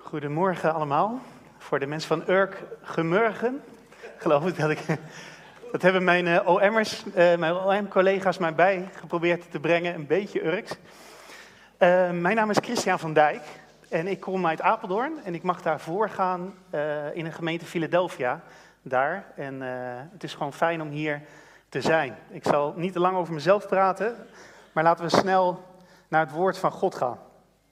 Goedemorgen allemaal. Voor de mensen van Urk, gemorgen. Geloof ik dat ik... Dat hebben mijn OM'ers, mijn OM-collega's mij bij geprobeerd te brengen, een beetje Urks. Mijn naam is Christian van Dijk en ik kom uit Apeldoorn. En ik mag daar voorgaan in een gemeente Philadelphia, daar. En het is gewoon fijn om hier te zijn. Ik zal niet te lang over mezelf praten, maar laten we snel naar het woord van God gaan.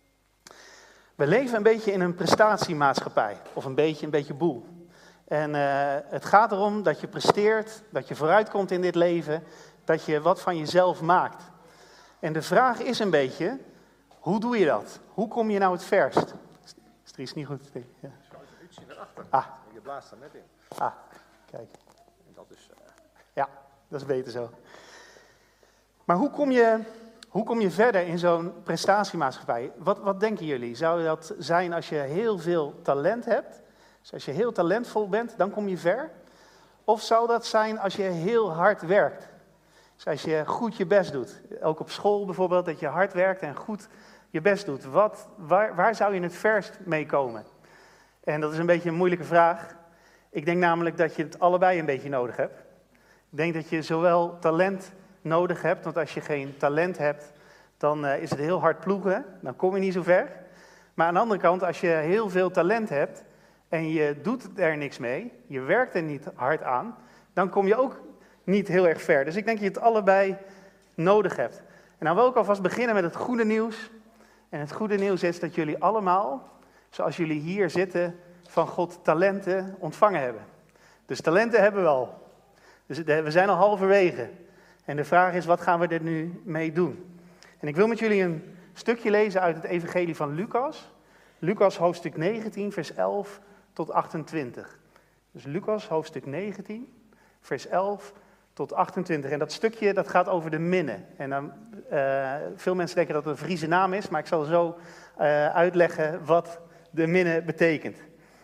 We leven een beetje in een prestatiemaatschappij, of een beetje boel. En het gaat erom dat je presteert, dat je vooruitkomt in dit leven, dat je wat van jezelf maakt. En de vraag is een beetje, hoe doe je dat? Hoe kom je nou het verst? Is er iets niet goed? Ja. Schuif een uurtje naar achter. Ah. En je blaast er net in. Ah, kijk. En dat is... Ja, dat is beter zo. Maar hoe kom je verder in zo'n prestatiemaatschappij? Wat denken jullie? Zou dat zijn als je heel veel talent hebt? Dus als je heel talentvol bent, dan kom je ver? Of zou dat zijn als je heel hard werkt? Dus als je goed je best doet. Ook op school bijvoorbeeld, dat je hard werkt en goed je best doet. Waar zou je het verst mee komen? En dat is een beetje een moeilijke vraag. Ik denk namelijk dat je het allebei een beetje nodig hebt. Ik denk dat je zowel talent nodig hebt, want als je geen talent hebt, dan is het heel hard ploegen. Dan kom je niet zo ver. Maar aan de andere kant, als je heel veel talent hebt en je doet er niks mee, je werkt er niet hard aan, dan kom je ook niet heel erg ver. Dus ik denk dat je het allebei nodig hebt. En dan wil ik alvast beginnen met het goede nieuws. En het goede nieuws is dat jullie allemaal, zoals jullie hier zitten, van God talenten ontvangen hebben. Dus talenten hebben we al. Dus we zijn al halverwege. En de vraag is, wat gaan we er nu mee doen? En ik wil met jullie een stukje lezen uit het evangelie van Lucas. Lucas hoofdstuk 19, vers 11 tot 28. Dus Lucas hoofdstuk 19, vers 11 tot 28. En dat stukje dat gaat over de minne. En dan, veel mensen denken dat het een Friese naam is, maar ik zal zo uitleggen wat de minne betekent.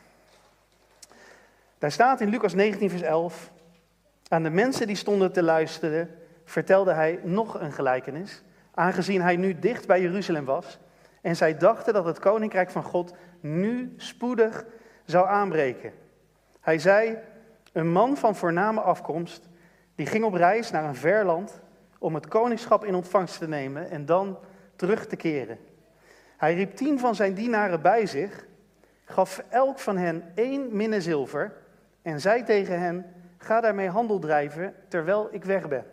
Daar staat in Lucas 19, vers 11... Aan de mensen die stonden te luisteren, vertelde hij nog een gelijkenis, aangezien hij nu dicht bij Jeruzalem was. En zij dachten dat het koninkrijk van God nu spoedig zou aanbreken. Hij zei, een man van voorname afkomst, die ging op reis naar een ver land om het koningschap in ontvangst te nemen en dan terug te keren. Hij riep 10 van zijn dienaren bij zich, gaf elk van hen 1 minne zilver en zei tegen hen, ga daarmee handel drijven terwijl ik weg ben.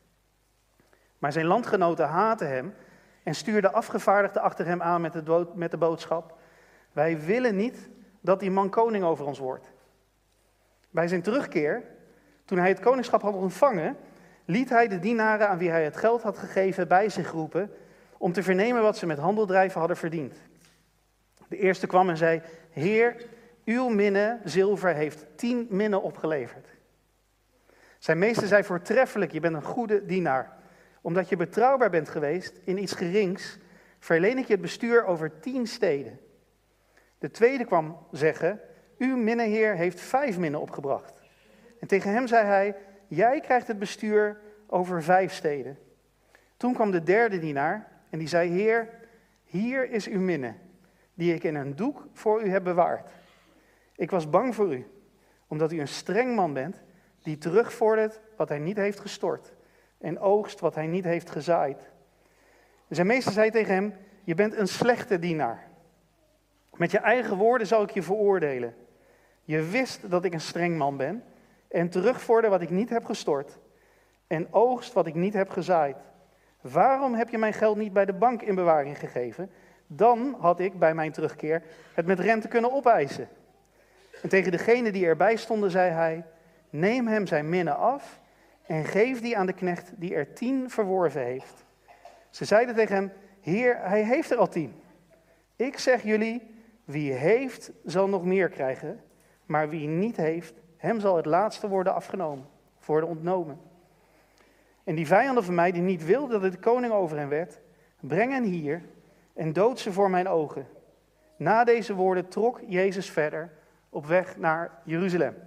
Maar zijn landgenoten haatten hem en stuurden afgevaardigden achter hem aan met de boodschap. Wij willen niet dat die man koning over ons wordt. Bij zijn terugkeer, toen hij het koningschap had ontvangen, liet hij de dienaren aan wie hij het geld had gegeven bij zich roepen om te vernemen wat ze met handeldrijven hadden verdiend. De eerste kwam en zei, Heer, uw minne zilver heeft 10 minnen opgeleverd. Zijn meester zei, voortreffelijk, je bent een goede dienaar. Omdat je betrouwbaar bent geweest in iets gerings, verleen ik je het bestuur over 10 steden. De tweede kwam zeggen, uw minneheer heeft 5 minnen opgebracht. En tegen hem zei hij, jij krijgt het bestuur over 5 steden. Toen kwam de derde dienaar en die zei, Heer, hier is uw minne, die ik in een doek voor u heb bewaard. Ik was bang voor u, omdat u een streng man bent, die terugvordert wat hij niet heeft gestort en oogst wat hij niet heeft gezaaid. Zijn meester zei tegen hem, je bent een slechte dienaar. Met je eigen woorden zal ik je veroordelen. Je wist dat ik een streng man ben en terugvorder wat ik niet heb gestort en oogst wat ik niet heb gezaaid. Waarom heb je mijn geld niet bij de bank in bewaring gegeven? Dan had ik bij mijn terugkeer het met rente kunnen opeisen. En tegen degene die erbij stonden zei hij, neem hem zijn minne af en geef die aan de knecht die er 10 verworven heeft. Ze zeiden tegen hem, Heer, hij heeft er al 10. Ik zeg jullie, wie heeft zal nog meer krijgen, maar wie niet heeft, hem zal het laatste worden ontnomen. En die vijanden van mij die niet wilden dat ik koning over hen werd, breng hen hier en dood ze voor mijn ogen. Na deze woorden trok Jezus verder op weg naar Jeruzalem.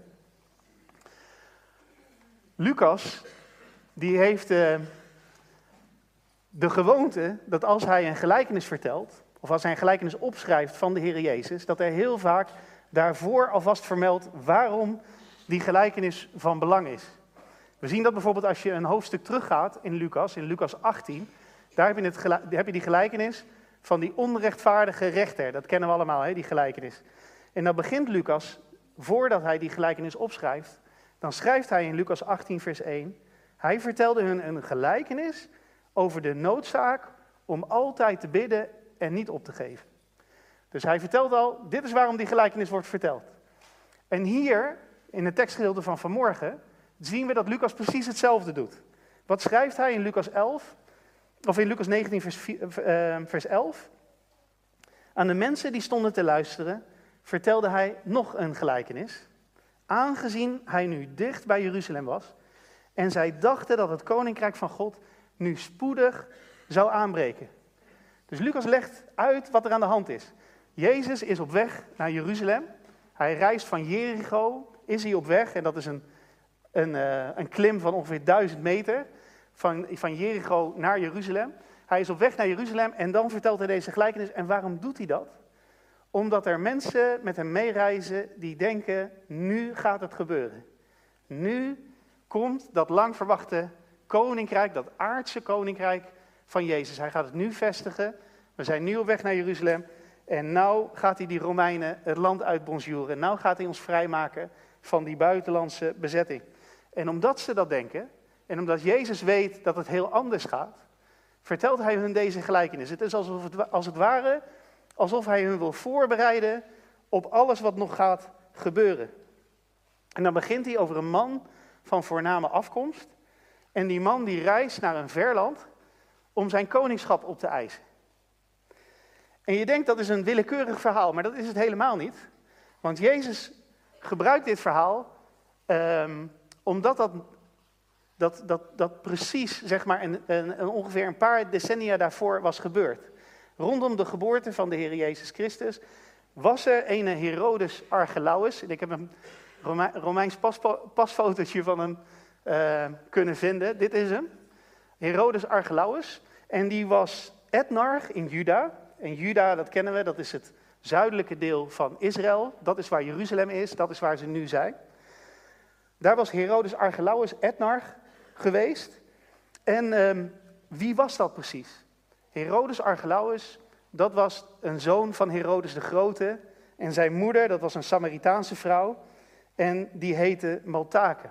Lucas, die heeft de gewoonte dat als hij een gelijkenis vertelt, of als hij een gelijkenis opschrijft van de Heer Jezus, dat hij heel vaak daarvoor alvast vermeldt waarom die gelijkenis van belang is. We zien dat bijvoorbeeld als je een hoofdstuk teruggaat in Lucas 18, daar heb je die gelijkenis van die onrechtvaardige rechter. Dat kennen we allemaal, die gelijkenis. En dan begint Lucas, voordat hij die gelijkenis opschrijft, dan schrijft hij in Lucas 18 vers 1, hij vertelde hun een gelijkenis over de noodzaak om altijd te bidden en niet op te geven. Dus hij vertelt al, dit is waarom die gelijkenis wordt verteld. En hier, in het tekstgedeelte van vanmorgen, zien we dat Lucas precies hetzelfde doet. Wat schrijft hij in Lucas 11, of in Lucas 19 vers 11? Aan de mensen die stonden te luisteren, vertelde hij nog een gelijkenis. Aangezien hij nu dicht bij Jeruzalem was en zij dachten dat het koninkrijk van God nu spoedig zou aanbreken. Dus Lucas legt uit wat er aan de hand is. Jezus is op weg naar Jeruzalem. Hij reist van Jericho, is hij op weg. En dat is een klim van ongeveer 1000 meter van Jericho naar Jeruzalem. Hij is op weg naar Jeruzalem en dan vertelt hij deze gelijkenis. En waarom doet hij dat? Omdat er mensen met hem meereizen die denken, nu gaat het gebeuren. Nu komt dat lang verwachte koninkrijk, dat aardse koninkrijk van Jezus. Hij gaat het nu vestigen. We zijn nu op weg naar Jeruzalem. En nou gaat hij die Romeinen het land uitbonjourden. Nou gaat hij ons vrijmaken van die buitenlandse bezetting. En omdat ze dat denken, en omdat Jezus weet dat het heel anders gaat, vertelt hij hun deze gelijkenis. Het is als het ware alsof hij hun wil voorbereiden op alles wat nog gaat gebeuren. En dan begint hij over een man van voorname afkomst. En die man die reist naar een ver land om zijn koningschap op te eisen. En je denkt dat is een willekeurig verhaal, maar dat is het helemaal niet. Want Jezus gebruikt dit verhaal omdat dat precies zeg maar ongeveer een paar decennia daarvoor was gebeurd. Rondom de geboorte van de Heer Jezus Christus was er een Herodes Archelaus. En ik heb een Romeins pasfotootje van hem kunnen vinden. Dit is hem. Herodes Archelaus. En die was etnarch in Juda. En Juda, dat kennen we, dat is het zuidelijke deel van Israël. Dat is waar Jeruzalem is, dat is waar ze nu zijn. Daar was Herodes Archelaus etnarch geweest. En wie was dat precies? Herodes Archelaus, dat was een zoon van Herodes de Grote. En zijn moeder, dat was een Samaritaanse vrouw. En die heette Maltake.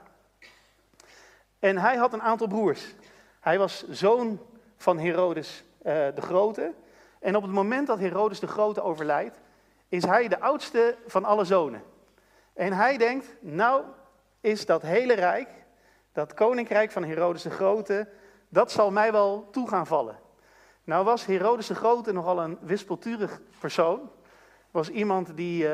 En hij had een aantal broers. Hij was zoon van Herodes de Grote. En op het moment dat Herodes de Grote overlijdt, is hij de oudste van alle zonen. En hij denkt, nou is dat hele rijk, dat koninkrijk van Herodes de Grote, dat zal mij wel toe gaan vallen. Nou was Herodes de Grote nogal een wispelturig persoon. Was iemand die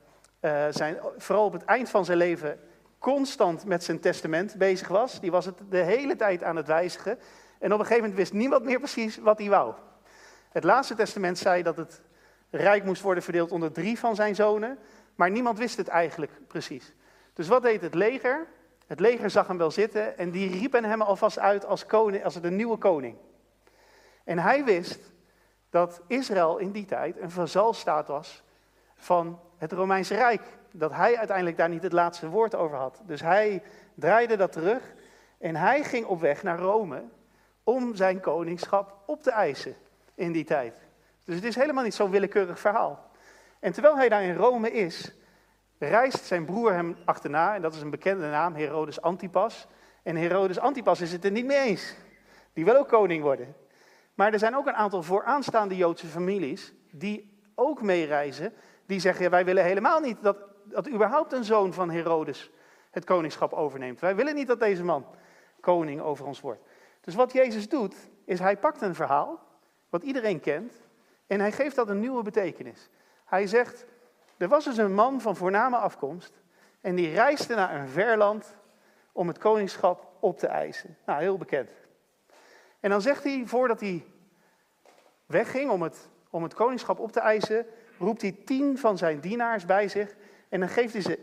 vooral op het eind van zijn leven constant met zijn testament bezig was. Die was het de hele tijd aan het wijzigen. En op een gegeven moment wist niemand meer precies wat hij wou. Het laatste testament zei dat het rijk moest worden verdeeld onder 3 van zijn zonen. Maar niemand wist het eigenlijk precies. Dus wat deed het leger? Het leger zag hem wel zitten en die riepen hem alvast uit als koning, als de nieuwe koning. En hij wist dat Israël in die tijd een vazalstaat was van het Romeinse Rijk. Dat hij uiteindelijk daar niet het laatste woord over had. Dus hij draaide dat terug en hij ging op weg naar Rome om zijn koningschap op te eisen in die tijd. Dus het is helemaal niet zo'n willekeurig verhaal. En terwijl hij daar in Rome is, reist zijn broer hem achterna. En dat is een bekende naam, Herodes Antipas. En Herodes Antipas is het er niet mee eens. Die wil ook koning worden. Maar er zijn ook een aantal vooraanstaande Joodse families die ook meereizen. Die zeggen, ja, wij willen helemaal niet dat überhaupt een zoon van Herodes het koningschap overneemt. Wij willen niet dat deze man koning over ons wordt. Dus wat Jezus doet, is hij pakt een verhaal, wat iedereen kent, en hij geeft dat een nieuwe betekenis. Hij zegt, er was dus een man van voorname afkomst en die reisde naar een ver land om het koningschap op te eisen. Nou, heel bekend. En dan zegt hij, voordat hij wegging om het koningschap op te eisen, roept hij 10 van zijn dienaars bij zich en dan geeft hij ze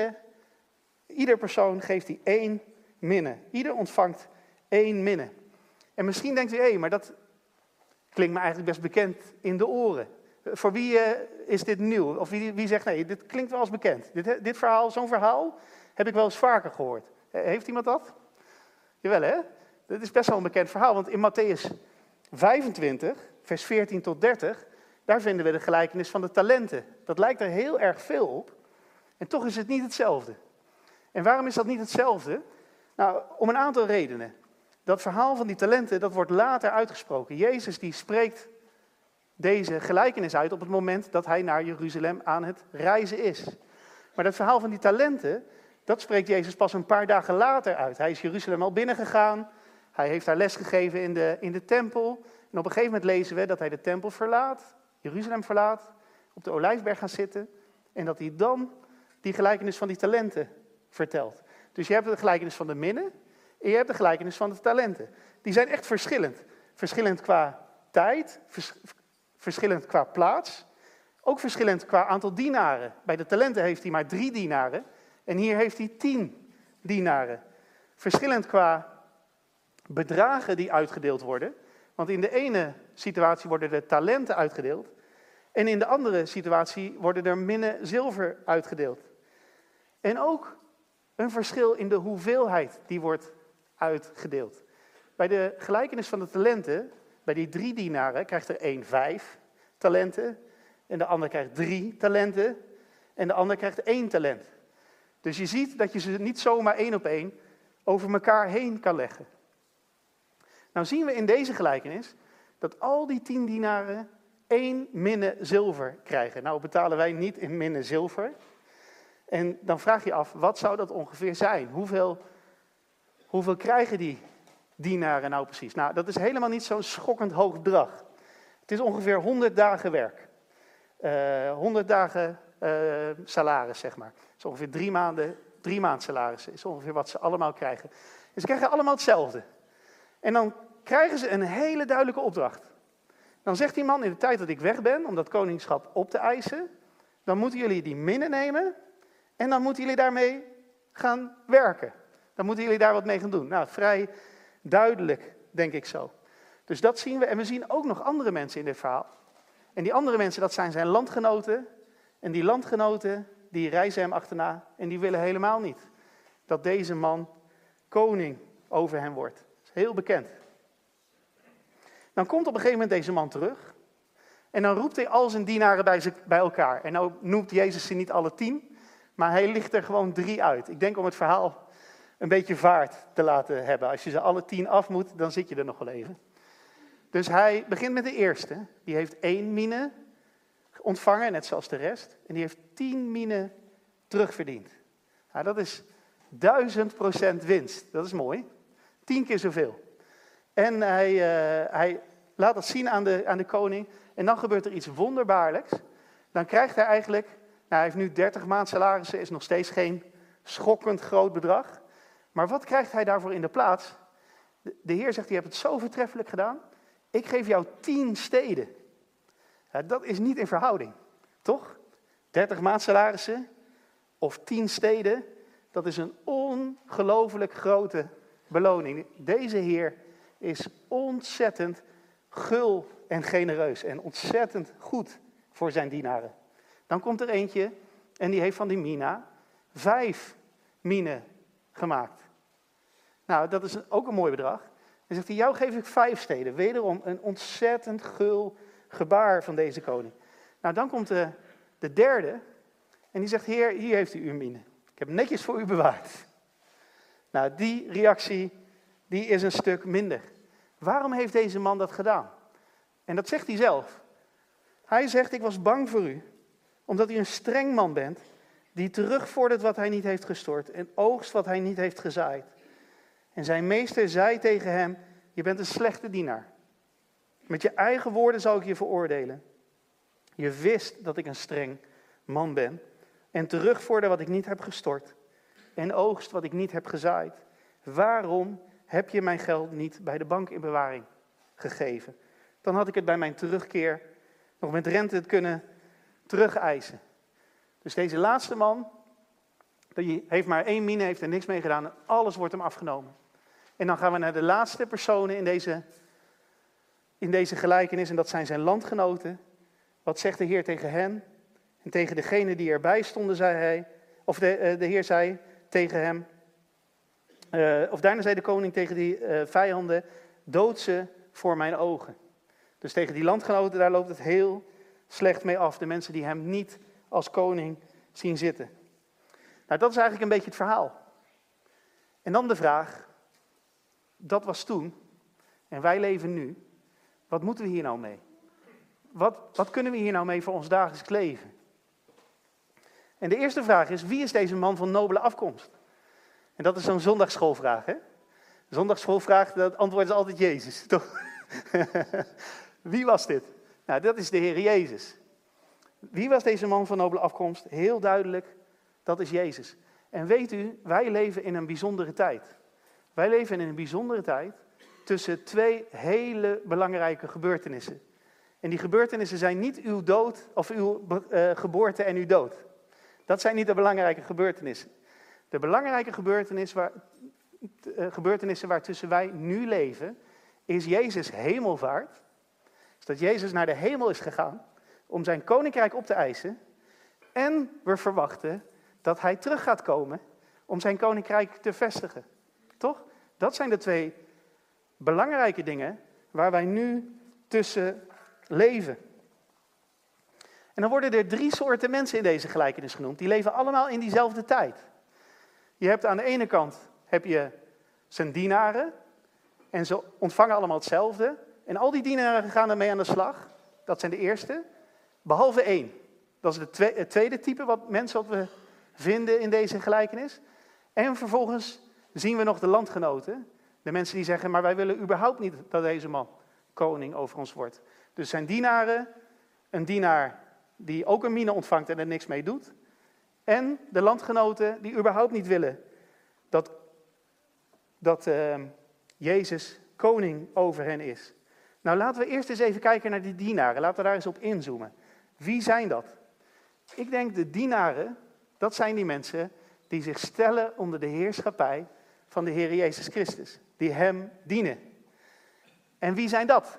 ieder persoon geeft hij 1 minne. Ieder ontvangt 1 minne. En misschien denkt u, maar dat klinkt me eigenlijk best bekend in de oren. Voor wie is dit nieuw? Of wie zegt, nee, dit klinkt wel als bekend. Dit verhaal, zo'n verhaal, heb ik wel eens vaker gehoord. Heeft iemand dat? Jawel, hè? Dit is best wel een bekend verhaal, want in Mattheüs 25, vers 14 tot 30, daar vinden we de gelijkenis van de talenten. Dat lijkt er heel erg veel op, en toch is het niet hetzelfde. En waarom is dat niet hetzelfde? Nou, om een aantal redenen. Dat verhaal van die talenten, dat wordt later uitgesproken. Jezus die spreekt deze gelijkenis uit op het moment dat hij naar Jeruzalem aan het reizen is. Maar dat verhaal van die talenten, dat spreekt Jezus pas een paar dagen later uit. Hij is Jeruzalem al binnengegaan, hij heeft daar les gegeven in de tempel. En op een gegeven moment lezen we dat hij de tempel verlaat, Jeruzalem verlaat, op de Olijfberg gaat zitten. En dat hij dan die gelijkenis van die talenten vertelt. Dus je hebt de gelijkenis van de minnen en je hebt de gelijkenis van de talenten. Die zijn echt verschillend. Verschillend qua tijd, verschillend qua plaats. Ook verschillend qua aantal dienaren. Bij de talenten heeft hij maar 3 dienaren. En hier heeft hij 10 dienaren. Verschillend qua bedragen die uitgedeeld worden. Want in de ene situatie worden de talenten uitgedeeld. En in de andere situatie worden er minnen zilver uitgedeeld. En ook een verschil in de hoeveelheid die wordt uitgedeeld. Bij de gelijkenis van de talenten, bij die 3 dienaren, krijgt er 1 5 talenten. En de ander krijgt 3 talenten. En de ander krijgt 1 talent. Dus je ziet dat je ze niet zomaar 1 op 1 over elkaar heen kan leggen. Nou zien we in deze gelijkenis dat al die 10 dienaren 1 minne zilver krijgen. Nou betalen wij niet in minne zilver. En dan vraag je af, wat zou dat ongeveer zijn? Hoeveel krijgen die dienaren nou precies? Nou, dat is helemaal niet zo'n schokkend hoog bedrag. Het is ongeveer 100 dagen werk. 100 dagen salaris, zeg maar. Dat is ongeveer 3 maand salaris. Is ongeveer wat ze allemaal krijgen. En ze krijgen allemaal hetzelfde. En dan krijgen ze een hele duidelijke opdracht. Dan zegt die man, in de tijd dat ik weg ben, om dat koningschap op te eisen, dan moeten jullie die minnen nemen en dan moeten jullie daarmee gaan werken. Dan moeten jullie daar wat mee gaan doen. Nou, vrij duidelijk, denk ik zo. Dus dat zien we. En we zien ook nog andere mensen in dit verhaal. En die andere mensen, dat zijn zijn landgenoten. En die landgenoten, die reizen hem achterna en die willen helemaal niet dat deze man koning over hem wordt. Dat is heel bekend. Dan komt op een gegeven moment deze man terug. En dan roept hij al zijn dienaren bij elkaar. En nou noemt Jezus ze niet alle 10, maar hij licht er gewoon 3 uit. Ik denk om het verhaal een beetje vaart te laten hebben. Als je ze alle 10 af moet, dan zit je er nog wel even. Dus hij begint met de eerste. Die heeft 1 mine ontvangen, net zoals de rest. En die heeft 10 mine terugverdiend. Nou, dat is 1000% winst. Dat is mooi. 10 keer zoveel. En hij laat dat zien aan de koning. En dan gebeurt er iets wonderbaarlijks. Dan krijgt hij eigenlijk, nou hij heeft nu 30 maand salarissen, is nog steeds geen schokkend groot bedrag. Maar wat krijgt hij daarvoor in de plaats? De Heer zegt, je hebt het zo voortreffelijk gedaan. Ik geef jou 10 steden. Ja, dat is niet in verhouding, toch? 30 maand salarissen of 10 steden, dat is een ongelooflijk grote beloning. Deze Heer is ontzettend gul en genereus en ontzettend goed voor zijn dienaren. Dan komt er eentje en die heeft van die mina 5 minen gemaakt. Nou, dat is ook een mooi bedrag. Dan zegt hij, jou geef ik 5 steden. Wederom een ontzettend gul gebaar van deze koning. Nou, dan komt de derde en die zegt, Heer, hier heeft u uw mine. Ik heb netjes voor u bewaard. Nou, die reactie, die is een stuk minder. Waarom heeft deze man dat gedaan? En dat zegt hij zelf. Hij zegt, ik was bang voor u, omdat u een streng man bent, die terugvordert wat hij niet heeft gestort en oogst wat hij niet heeft gezaaid. En zijn meester zei tegen hem, je bent een slechte dienaar. Met je eigen woorden zal ik je veroordelen. Je wist dat ik een streng man ben en terugvorder wat ik niet heb gestort en oogst wat ik niet heb gezaaid. Waarom heb je mijn geld niet bij de bank in bewaring gegeven? Dan had ik het bij mijn terugkeer nog met rente kunnen terugeisen. Dus deze laatste man, die heeft maar 1 mine, heeft er niks mee gedaan en alles wordt hem afgenomen. En dan gaan we naar de laatste personen in deze gelijkenis en dat zijn zijn landgenoten. Wat zegt de Heer tegen hen? En tegen degenen die erbij stonden, zei hij, of de Heer zei tegen hem, of daarna zei de koning tegen die vijanden, dood ze voor mijn ogen. Dus tegen die landgenoten, daar loopt het heel slecht mee af. De mensen die hem niet als koning zien zitten. Nou, dat is eigenlijk een beetje het verhaal. En dan de vraag, dat was toen en wij leven nu. Wat moeten we hier nou mee? Wat kunnen we hier nou mee voor ons dagelijks leven? En de eerste vraag is, wie is deze man van nobele afkomst? En dat is zo'n zondagsschoolvraag, hè? Zondagsschoolvraag, dat antwoord is altijd Jezus, toch? Wie was dit? Nou, dat is de Heer Jezus. Wie was deze man van nobele afkomst? Heel duidelijk, dat is Jezus. En weet u, wij leven in een bijzondere tijd. Wij leven in een bijzondere tijd tussen twee hele belangrijke gebeurtenissen. En die gebeurtenissen zijn niet uw dood of uw geboorte en uw dood. Dat zijn niet de belangrijke gebeurtenissen. De belangrijke gebeurtenissen waartussen wij nu leven, is Jezus hemelvaart. Dus dat Jezus naar de hemel is gegaan om zijn koninkrijk op te eisen. En we verwachten dat hij terug gaat komen om zijn koninkrijk te vestigen. Toch? Dat zijn de twee belangrijke dingen waar wij nu tussen leven. En dan worden er 3 soorten mensen in deze gelijkenis genoemd. Die leven allemaal in diezelfde tijd. Je hebt aan de ene kant zijn dienaren. En ze ontvangen allemaal hetzelfde. En al die dienaren gaan ermee aan de slag. Dat zijn de eerste. Behalve 1. Dat is het tweede type wat we vinden in deze gelijkenis. En vervolgens zien we nog de landgenoten. De mensen die zeggen, maar wij willen überhaupt niet dat deze man koning over ons wordt. Dus zijn dienaren, een dienaar die ook een mine ontvangt en er niks mee doet. En de landgenoten die überhaupt niet willen dat Jezus koning over hen is. Nou, laten we eerst eens even kijken naar die dienaren. Laten we daar eens op inzoomen. Wie zijn dat? Ik denk de dienaren, dat zijn die mensen die zich stellen onder de heerschappij van de Heer Jezus Christus. Die hem dienen. En wie zijn dat?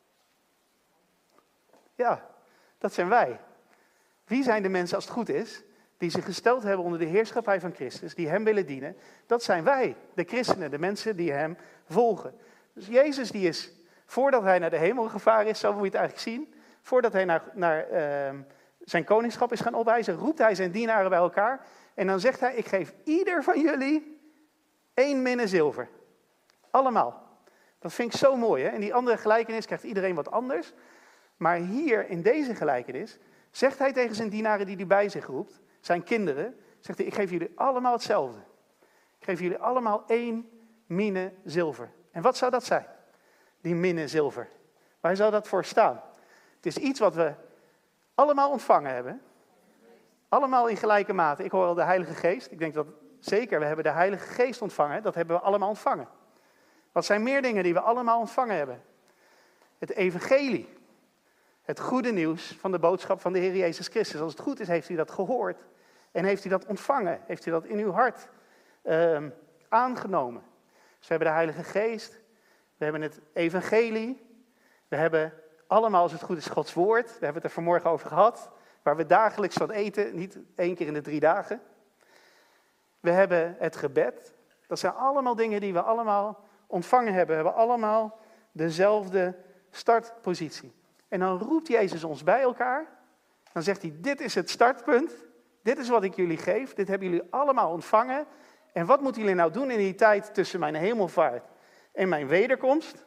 Ja, dat zijn wij. Wie zijn de mensen, als het goed is, die zich gesteld hebben onder de heerschappij van Christus, die hem willen dienen? Dat zijn wij, de christenen, de mensen die hem volgen. Dus Jezus die is, voordat hij naar de hemel gevaren is, zo moet je het eigenlijk zien, voordat hij naar zijn koningschap is gaan opeisen, roept hij zijn dienaren bij elkaar. En dan zegt hij, ik geef ieder van jullie 1 minne zilver. Allemaal. Dat vind ik zo mooi, hè? In die andere gelijkenis krijgt iedereen wat anders. Maar hier, in deze gelijkenis, zegt hij tegen zijn dienaren die hij bij zich roept, zijn kinderen, zegt hij, ik geef jullie allemaal hetzelfde. Ik geef jullie allemaal 1 minne zilver. En wat zou dat zijn? Die minne zilver. Waar zou dat voor staan? Het is iets wat we allemaal ontvangen hebben. Allemaal in gelijke mate. Ik hoor al de Heilige Geest. Ik denk dat zeker, we hebben de Heilige Geest ontvangen. Dat hebben we allemaal ontvangen. Wat zijn meer dingen die we allemaal ontvangen hebben? Het evangelie. Het goede nieuws van de boodschap van de Heer Jezus Christus. Als het goed is, heeft u dat gehoord. En heeft u dat ontvangen. Heeft u dat in uw hart aangenomen. Dus we hebben de Heilige Geest. We hebben het evangelie. We hebben allemaal, als het goed is, Gods woord. We hebben het er vanmorgen over gehad. Waar we dagelijks van eten. Niet 1 keer in de 3 dagen. We hebben het gebed. Dat zijn allemaal dingen die we allemaal ontvangen hebben. We hebben allemaal dezelfde startpositie. En dan roept Jezus ons bij elkaar. Dan zegt hij, dit is het startpunt. Dit is wat ik jullie geef. Dit hebben jullie allemaal ontvangen. En wat moeten jullie nou doen in die tijd tussen mijn hemelvaart en mijn wederkomst?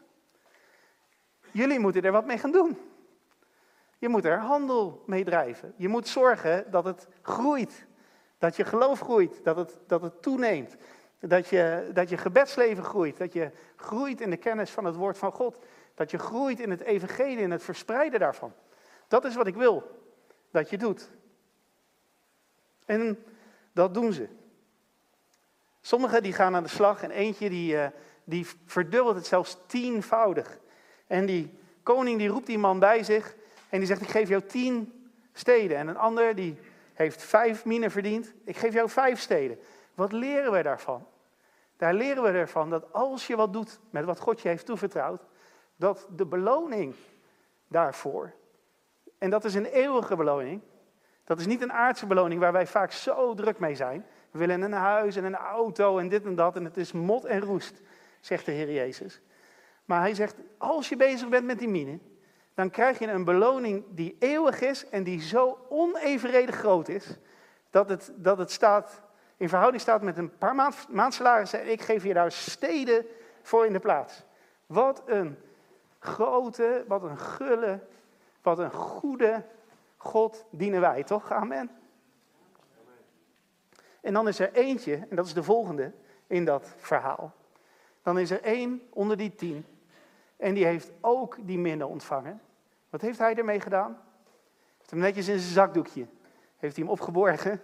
Jullie moeten er wat mee gaan doen. Je moet er handel mee drijven. Je moet zorgen dat het groeit. Dat je geloof groeit. Dat het toeneemt. Dat je gebedsleven groeit. Dat je groeit in de kennis van het woord van God. Dat je groeit in het evangelie en het verspreiden daarvan. Dat is wat ik wil dat je doet. En dat doen ze. Sommigen die gaan aan de slag en eentje die verdubbelt het zelfs 10-voudig. En die koning die roept die man bij zich en die zegt, ik geef jou 10 steden. En een ander die heeft 5 minen verdiend, ik geef jou 5 steden. Wat leren we daarvan? Daar leren we ervan dat als je wat doet met wat God je heeft toevertrouwd, dat de beloning daarvoor En dat is een eeuwige beloning. Dat is niet een aardse beloning waar wij vaak zo druk mee zijn. We willen een huis en een auto en dit en dat en het is mot en roest, zegt de Heer Jezus. Maar hij zegt, als je bezig bent met die mine, dan krijg je een beloning die eeuwig is en die zo onevenredig groot is, dat het staat, in verhouding staat met een paar maandsalarissen en ik geef je daar steden voor in de plaats. Wat een grote, wat een gulle, wat een goede God dienen wij, toch? Amen. En dan is er eentje, en dat is de volgende in dat verhaal. Dan is er één onder die 10 en die heeft ook die minne ontvangen. Wat heeft hij ermee gedaan? Hij heeft hem netjes in zijn zakdoekje. Heeft hij hem opgeborgen.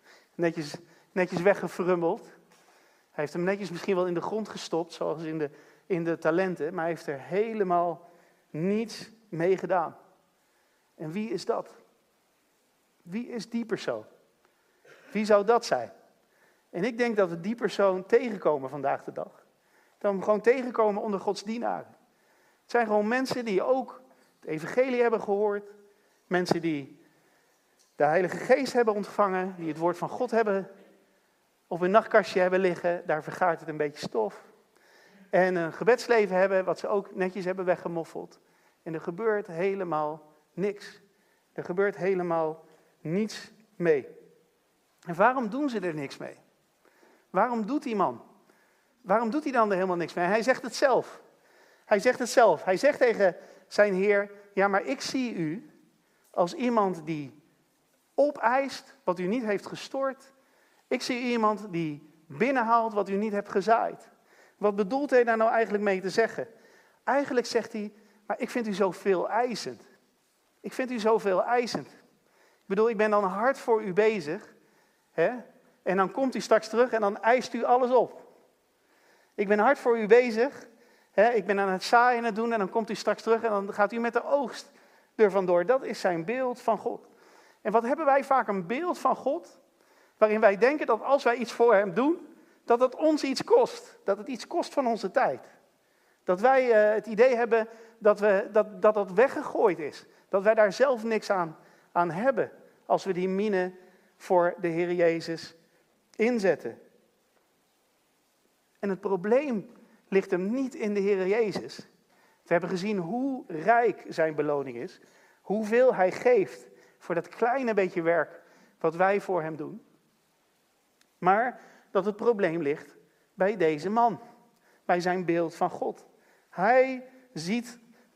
Netjes weggefrummeld. Hij heeft hem netjes misschien wel in de grond gestopt, zoals in de talenten. Maar hij heeft er helemaal niets mee gedaan. En wie is dat? Wie is die persoon? Wie zou dat zijn? En ik denk dat we die persoon tegenkomen vandaag de dag. Dat we hem gewoon tegenkomen onder Gods dienaren. Het zijn gewoon mensen die ook het evangelie hebben gehoord. Mensen die de Heilige Geest hebben ontvangen. Die het woord van God hebben op hun nachtkastje hebben liggen. Daar vergaart het een beetje stof. En een gebedsleven hebben wat ze ook netjes hebben weggemoffeld. En er gebeurt helemaal niks. Er gebeurt helemaal niets mee. En waarom doen ze er niks mee? Waarom doet die man? Waarom doet hij dan er helemaal niks mee? Hij zegt het zelf. Hij zegt het zelf. Hij zegt tegen zijn Heer, ja, maar ik zie u als iemand die opeist wat u niet heeft gestort. Ik zie u iemand die binnenhaalt wat u niet hebt gezaaid. Wat bedoelt hij daar nou eigenlijk mee te zeggen? Eigenlijk zegt hij, maar ik vind u zoveel eisend. Ik vind u zoveel eisend. Ik bedoel, ik ben dan hard voor u bezig. Hè? En dan komt u straks terug en dan eist u alles op. Ik ben hard voor u bezig. Hè? Ik ben aan het zaaien en het doen en dan komt u straks terug en dan gaat u met de oogst er vandoor. Dat is zijn beeld van God. En wat hebben wij vaak een beeld van God, waarin wij denken dat als wij iets voor hem doen, dat het ons iets kost. Dat het iets kost van onze tijd. Dat wij het idee hebben dat weggegooid is. Dat wij daar zelf niks aan hebben als we die mine voor de Heer Jezus inzetten. En het probleem ligt hem niet in de Heer Jezus. We hebben gezien hoe rijk zijn beloning is. Hoeveel hij geeft voor dat kleine beetje werk wat wij voor hem doen. Maar dat het probleem ligt bij deze man. Bij zijn beeld van God. Hij ziet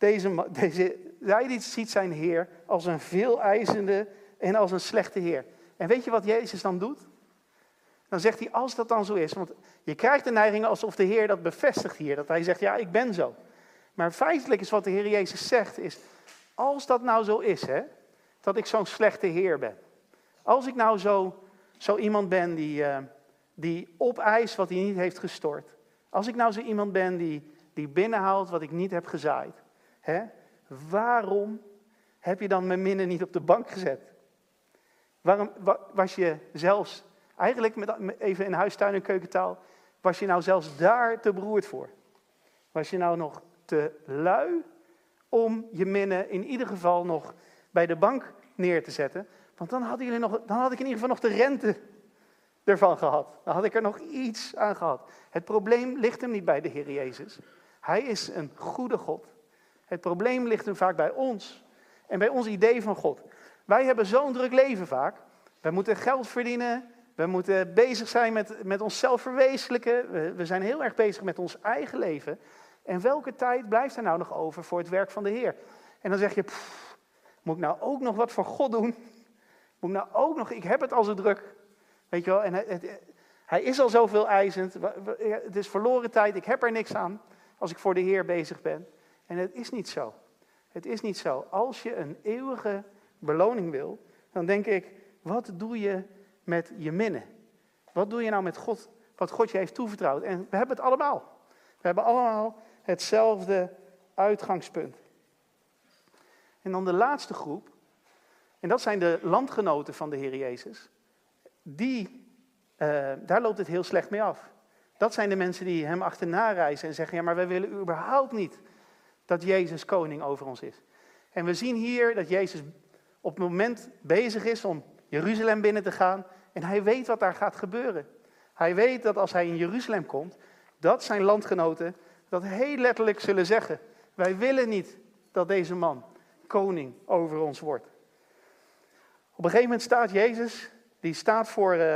zijn Heer als een veeleisende en als een slechte Heer. En weet je wat Jezus dan doet? Dan zegt hij, als dat dan zo is, want je krijgt de neiging alsof de Heer dat bevestigt hier. Dat hij zegt, ja, ik ben zo. Maar feitelijk is wat de Heer Jezus zegt, is, als dat nou zo is, hè, dat ik zo'n slechte Heer ben. Als ik nou zo iemand ben die opeist wat hij niet heeft gestort. Als ik nou zo iemand ben die binnenhaalt wat ik niet heb gezaaid. Hè, waarom heb je dan mijn minne niet op de bank gezet? Waarom was je zelfs, eigenlijk even in huistuin en keukentaal, was je nou zelfs daar te beroerd voor? Was je nou nog te lui om je minne in ieder geval nog bij de bank neer te zetten? Want dan had ik in ieder geval nog de rente ervan gehad. Dan had ik er nog iets aan gehad. Het probleem ligt hem niet bij de Heer Jezus. Hij is een goede God. Het probleem ligt hem vaak bij ons en bij ons idee van God. Wij hebben zo'n druk leven vaak. We moeten geld verdienen. We moeten bezig zijn met onszelf verwezenlijken. We zijn heel erg bezig met ons eigen leven. En welke tijd blijft er nou nog over voor het werk van de Heer? En dan zeg je, moet ik nou ook nog wat voor God doen? Moet ik nou ook nog, ik heb het al zo druk. Weet je wel, en hij is al zoveel eisend. Het is verloren tijd, ik heb er niks aan als ik voor de Heer bezig ben. En het is niet zo. Het is niet zo. Als je een eeuwige beloning wil, dan denk ik, wat doe je met je minne? Wat doe je nou met God, wat God je heeft toevertrouwd? En we hebben het allemaal. We hebben allemaal hetzelfde uitgangspunt. En dan de laatste groep, en dat zijn de landgenoten van de Heer Jezus. Daar loopt het heel slecht mee af. Dat zijn de mensen die hem achterna reizen en zeggen, ja, maar wij willen überhaupt niet dat Jezus koning over ons is. En we zien hier dat Jezus op het moment bezig is om Jeruzalem binnen te gaan. En hij weet wat daar gaat gebeuren. Hij weet dat als hij in Jeruzalem komt, dat zijn landgenoten dat heel letterlijk zullen zeggen: wij willen niet dat deze man koning over ons wordt. Op een gegeven moment staat Jezus, die staat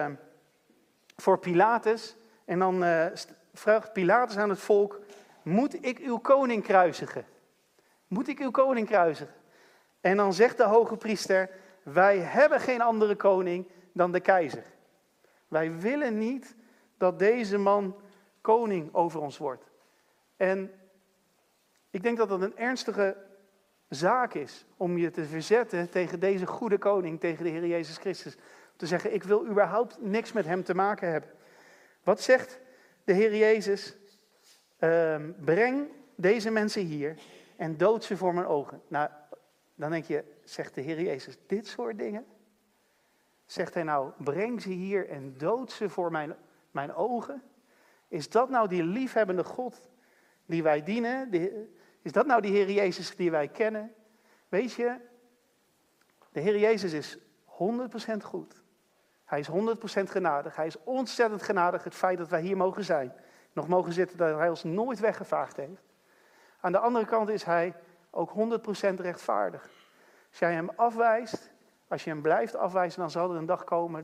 voor Pilatus. En dan vraagt Pilatus aan het volk: moet ik uw koning kruisigen? Moet ik uw koning kruisigen? En dan zegt de hoge priester: wij hebben geen andere koning dan de keizer. Wij willen niet dat deze man koning over ons wordt. En ik denk dat dat een ernstige zaak is om je te verzetten tegen deze goede koning, tegen de Heer Jezus Christus. Om te zeggen: ik wil überhaupt niks met hem te maken hebben. Wat zegt de Heer Jezus? Breng deze mensen hier en dood ze voor mijn ogen. Nou, dan denk je, zegt de Heer Jezus dit soort dingen? Zegt hij nou: breng ze hier en dood ze voor mijn ogen? Is dat nou die liefhebbende God die wij dienen? Is dat nou die Heer Jezus die wij kennen? Weet je, de Heer Jezus is 100% goed. Hij is 100% genadig. Hij is ontzettend genadig, het feit dat wij hier mogen zijn. Nog mogen zitten, dat hij ons nooit weggevaagd heeft. Aan de andere kant is hij ook 100% rechtvaardig. Als jij hem afwijst, als je hem blijft afwijzen, dan zal er een dag komen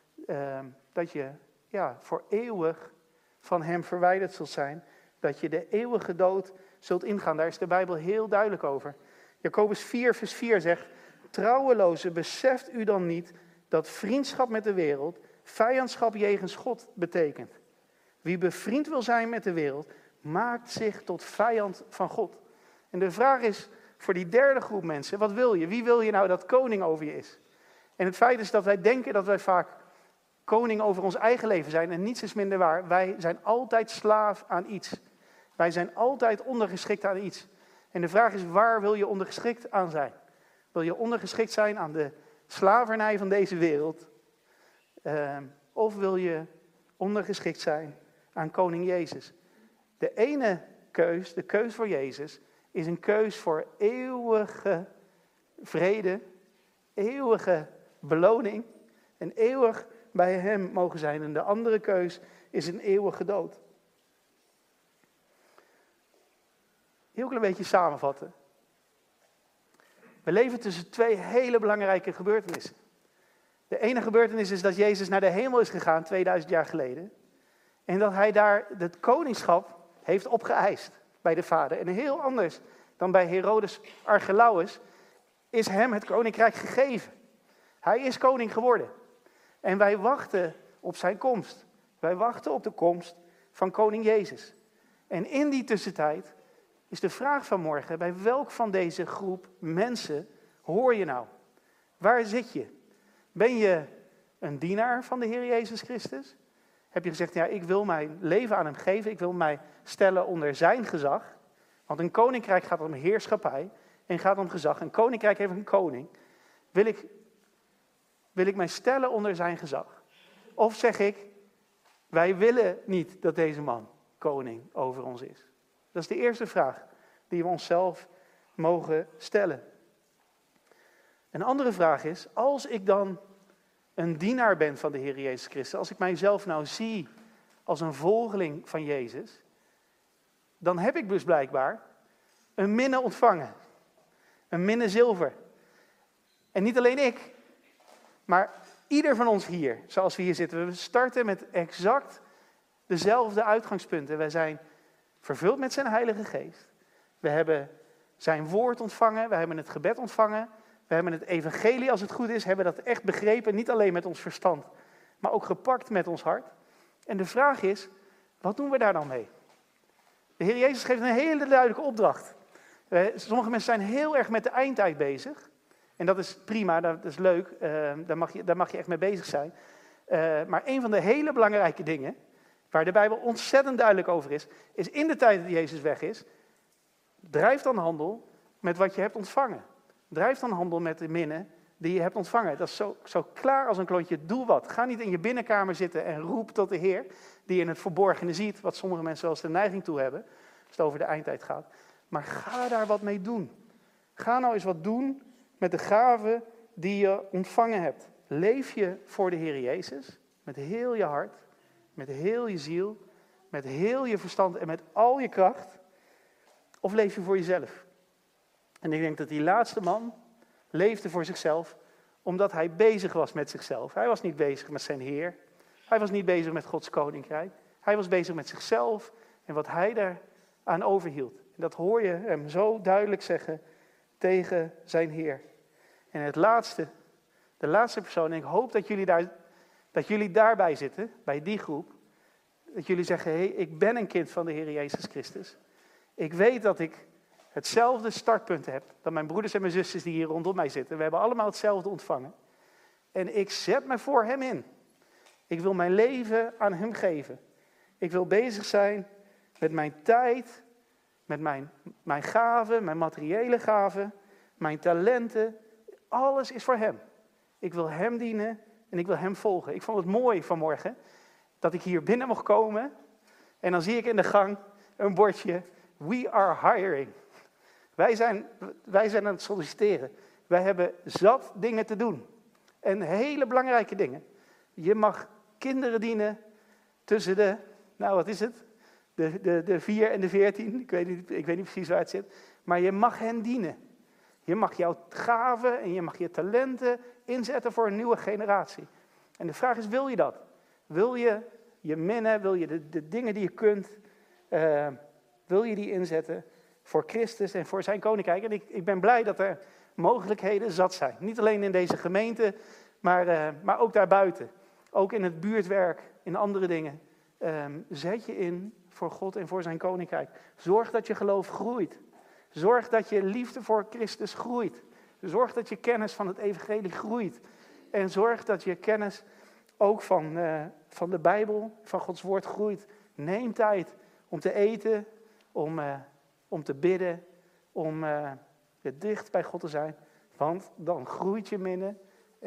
dat je voor eeuwig van hem verwijderd zult zijn. Dat je de eeuwige dood zult ingaan. Daar is de Bijbel heel duidelijk over. Jacobus 4 vers 4 zegt: trouwelozen, beseft u dan niet dat vriendschap met de wereld vijandschap jegens God betekent? Wie bevriend wil zijn met de wereld, maakt zich tot vijand van God. En de vraag is voor die derde groep mensen: wat wil je? Wie wil je nou dat koning over je is? En het feit is dat wij denken dat wij vaak koning over ons eigen leven zijn. En niets is minder waar. Wij zijn altijd slaaf aan iets. Wij zijn altijd ondergeschikt aan iets. En de vraag is: waar wil je ondergeschikt aan zijn? Wil je ondergeschikt zijn aan de slavernij van deze wereld? Of wil je ondergeschikt zijn aan koning Jezus? De ene keus, de keus voor Jezus, is een keus voor eeuwige vrede, eeuwige beloning en eeuwig bij hem mogen zijn. En de andere keus is een eeuwige dood. Heel klein beetje samenvatten. We leven tussen twee hele belangrijke gebeurtenissen. De ene gebeurtenis is dat Jezus naar de hemel is gegaan 2000 jaar geleden. En dat hij daar het koningschap heeft opgeëist bij de Vader. En heel anders dan bij Herodes Archelaus is hem het koninkrijk gegeven. Hij is koning geworden. En wij wachten op zijn komst. Wij wachten op de komst van koning Jezus. En in die tussentijd is de vraag van morgen: bij welk van deze groep mensen hoor je nou? Waar zit je? Ben je een dienaar van de Heer Jezus Christus? Heb je gezegd: ja, ik wil mijn leven aan hem geven. Ik wil mij stellen onder zijn gezag. Want een koninkrijk gaat om heerschappij en gaat om gezag. Een koninkrijk heeft een koning. Wil ik mij stellen onder zijn gezag? Of zeg ik: wij willen niet dat deze man koning over ons is? Dat is de eerste vraag die we onszelf mogen stellen. Een andere vraag is: als ik dan een dienaar ben van de Heer Jezus Christus, als ik mijzelf nou zie als een volgeling van Jezus, dan heb ik dus blijkbaar een minne ontvangen. Een minne zilver. En niet alleen ik, maar ieder van ons hier, zoals we hier zitten. We starten met exact dezelfde uitgangspunten. Wij zijn vervuld met zijn Heilige Geest. We hebben zijn woord ontvangen. We hebben het gebed ontvangen. We hebben het evangelie, als het goed is, hebben dat echt begrepen. Niet alleen met ons verstand, maar ook gepakt met ons hart. En de vraag is: wat doen we daar dan mee? De Heer Jezus geeft een hele duidelijke opdracht. Sommige mensen zijn heel erg met de eindtijd bezig. En dat is prima, dat is leuk. Daar mag je echt mee bezig zijn. Maar een van de hele belangrijke dingen, waar de Bijbel ontzettend duidelijk over is in de tijd dat Jezus weg is: drijf dan handel met wat je hebt ontvangen. Drijf dan handel met de minnen die je hebt ontvangen. Dat is zo klaar als een klontje. Doe wat. Ga niet in je binnenkamer zitten en roep tot de Heer, die in het verborgene ziet, wat sommige mensen wel eens de neiging toe hebben, als het over de eindtijd gaat. Maar ga daar wat mee doen. Ga nou eens wat doen met de gaven die je ontvangen hebt. Leef je voor de Heer Jezus met heel je hart, met heel je ziel, met heel je verstand en met al je kracht? Of leef je voor jezelf? En ik denk dat die laatste man leefde voor zichzelf, omdat hij bezig was met zichzelf. Hij was niet bezig met zijn Heer. Hij was niet bezig met Gods koninkrijk. Hij was bezig met zichzelf en wat hij daaraan overhield. En dat hoor je hem zo duidelijk zeggen tegen zijn Heer. En de laatste persoon, en ik hoop dat jullie daarbij zitten, bij die groep. Dat jullie zeggen, hey, ik ben een kind van de Heer Jezus Christus. Ik weet dat ik hetzelfde startpunt heb, dan mijn broeders en mijn zusters die hier rondom mij zitten. We hebben allemaal hetzelfde ontvangen. En ik zet me voor hem in. Ik wil mijn leven aan hem geven. Ik wil bezig zijn met mijn tijd, met mijn gaven, mijn materiële gaven, mijn talenten. Alles is voor hem. Ik wil hem dienen en ik wil hem volgen. Ik vond het mooi vanmorgen dat ik hier binnen mocht komen. En dan zie ik in de gang een bordje, we are hiring. Wij zijn aan het solliciteren. Wij hebben zat dingen te doen. En hele belangrijke dingen. Je mag kinderen dienen tussen de, wat is het? De 4 en de 14. Ik weet niet precies waar het zit. Maar je mag hen dienen. Je mag jouw gaven en je mag je talenten inzetten voor een nieuwe generatie. En de vraag is, wil je dat? Wil je je minnen? Wil je de dingen die je kunt, wil je die inzetten voor Christus en voor zijn koninkrijk? En ik ben blij dat er mogelijkheden zat zijn. Niet alleen in deze gemeente, maar ook daarbuiten. Ook in het buurtwerk, in andere dingen. Zet je in voor God en voor zijn koninkrijk. Zorg dat je geloof groeit. Zorg dat je liefde voor Christus groeit. Zorg dat je kennis van het evangelie groeit. En zorg dat je kennis ook van de Bijbel, van Gods woord groeit. Neem tijd om te eten, om te bidden, om dicht bij God te zijn. Want dan groeit je minnen.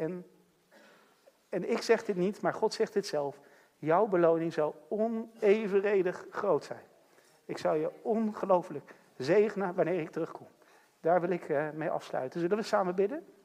En ik zeg dit niet, maar God zegt dit zelf. Jouw beloning zal onevenredig groot zijn. Ik zal je ongelooflijk zegenen wanneer ik terugkom. Daar wil ik mee afsluiten. Zullen we samen bidden?